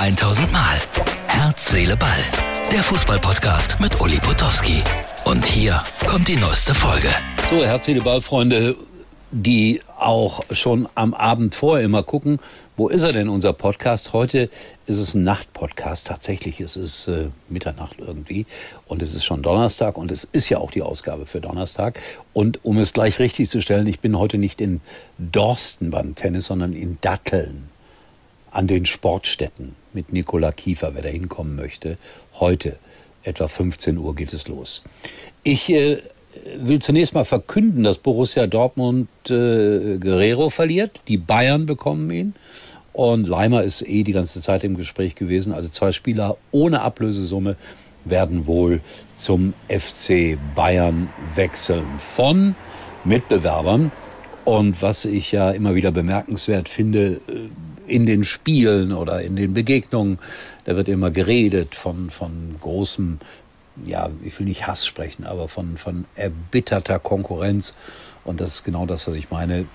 1000 Mal. Herz, Seele, Ball. Der Fußball-Podcast mit Uli Potowski. Und hier kommt die neueste Folge. So, Herz, Seele, Ball, Freunde, die auch schon am Abend vorher immer gucken, wo ist er denn, unser Podcast? Heute ist es ein Nachtpodcast. Tatsächlich, es ist Mitternacht irgendwie und es ist schon Donnerstag und es ist ja auch die Ausgabe für Donnerstag. Und um es gleich richtig zu stellen, ich bin heute nicht in Dorsten beim Tennis, sondern in Datteln an den Sportstätten mit Nicola Kiefer, wer da hinkommen möchte. Heute, etwa 15 Uhr, geht es los. Ich will zunächst mal verkünden, dass Borussia Dortmund Guerrero verliert. Die Bayern bekommen ihn. Und Leimer ist die ganze Zeit im Gespräch gewesen. Also 2 Spieler ohne Ablösesumme werden wohl zum FC Bayern wechseln von Mitbewerbern. Und was ich ja immer wieder bemerkenswert finde, in den Spielen oder in den Begegnungen, da wird immer geredet von großem, ja, ich will nicht Hass sprechen, aber von erbitterter Konkurrenz. Und das ist genau das, was ich meine.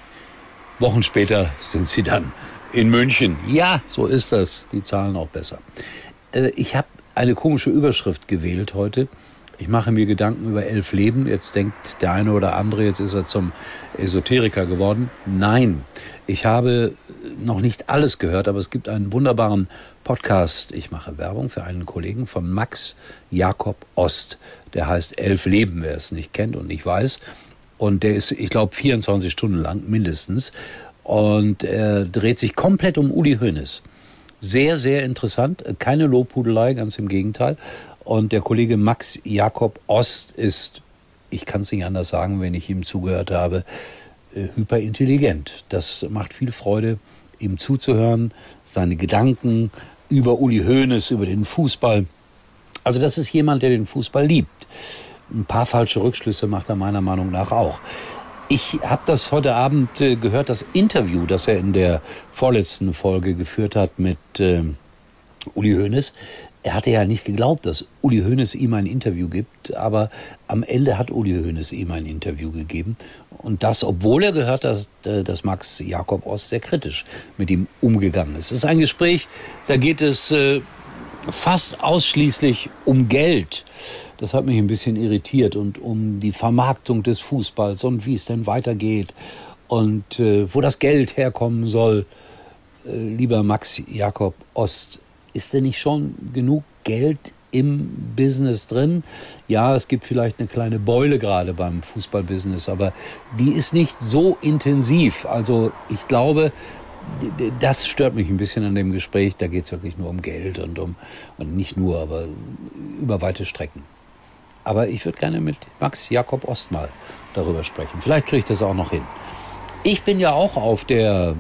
Wochen später sind sie dann in München. Ja, so ist das. Die zahlen auch besser. Ich habe eine komische Überschrift gewählt heute. Ich mache mir Gedanken über 11 Leben. Jetzt denkt der eine oder andere, jetzt ist er zum Esoteriker geworden. Nein, ich habe noch nicht alles gehört, aber es gibt einen wunderbaren Podcast. Ich mache Werbung für einen Kollegen von Max Jakob Ost. Der heißt 11 Leben, wer es nicht kennt und nicht weiß. Und der ist, ich glaube, 24 Stunden lang mindestens. Und er dreht sich komplett um Uli Hoeneß. Sehr, sehr interessant. Keine Lobhudelei, ganz im Gegenteil. Und der Kollege Max Jakob Ost ist, ich kann es nicht anders sagen, wenn ich ihm zugehört habe, hyperintelligent. Das macht viel Freude, ihm zuzuhören, seine Gedanken über Uli Hoeneß, über den Fußball. Also das ist jemand, der den Fußball liebt. Ein paar falsche Rückschlüsse macht er meiner Meinung nach auch. Ich habe das heute Abend gehört, das Interview, das er in der vorletzten Folge geführt hat mit Uli Hoeneß. Er hatte ja nicht geglaubt, dass Uli Hoeneß ihm ein Interview gibt, aber am Ende hat Uli Hoeneß ihm ein Interview gegeben. Und das, obwohl er gehört hat, dass Max Jakob Ost sehr kritisch mit ihm umgegangen ist. Es ist ein Gespräch, da geht es fast ausschließlich um Geld. Das hat mich ein bisschen irritiert und um die Vermarktung des Fußballs und wie es denn weitergeht und wo das Geld herkommen soll. Lieber Max Jakob Ost, ist denn nicht schon genug Geld im Business drin? Ja, es gibt vielleicht eine kleine Beule gerade beim Fußballbusiness, aber die ist nicht so intensiv. Also ich glaube, das stört mich ein bisschen an dem Gespräch. Da geht es wirklich nur um Geld und nicht nur, aber über weite Strecken. Aber ich würde gerne mit Max Jakob Ost mal darüber sprechen. Vielleicht kriege ich das auch noch hin. Ich bin ja auch auf der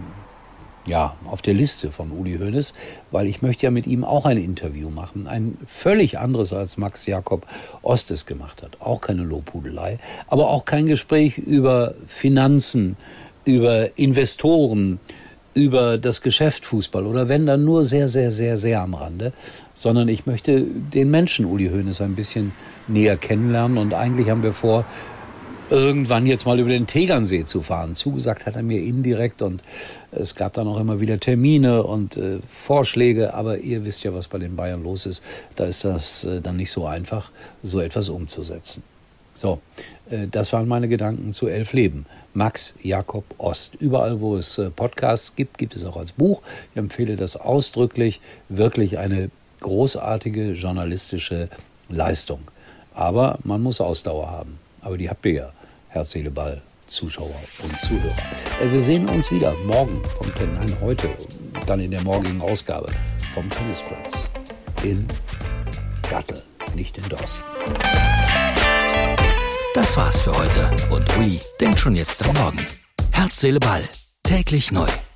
Liste von Uli Hoeneß, weil ich möchte ja mit ihm auch ein Interview machen. Ein völlig anderes, als Max Jakob Ost es gemacht hat. Auch keine Lobhudelei, aber auch kein Gespräch über Finanzen, über Investoren, über das Geschäft Fußball oder wenn dann nur sehr, sehr, sehr, sehr am Rande, sondern ich möchte den Menschen Uli Hoeneß ein bisschen näher kennenlernen und eigentlich haben wir vor, irgendwann jetzt mal über den Tegernsee zu fahren. Zugesagt hat er mir indirekt und es gab dann auch immer wieder Termine und Vorschläge, aber ihr wisst ja, was bei den Bayern los ist. Da ist das dann nicht so einfach, so etwas umzusetzen. So, das waren meine Gedanken zu 11 Leben. Max Jakob Ost. Überall, wo es Podcasts gibt, gibt es auch als Buch. Ich empfehle das ausdrücklich. Wirklich eine großartige journalistische Leistung. Aber man muss Ausdauer haben. Aber die habt ihr ja. Herz, Seele, Ball, Zuschauer und Zuhörer. Wir sehen uns wieder morgen heute, dann in der morgigen Ausgabe vom Tennisplatz in Datteln, nicht in Dorsten. Das war's für heute und Uli denkt schon jetzt am Morgen. Herz, Seele, Ball. Täglich neu.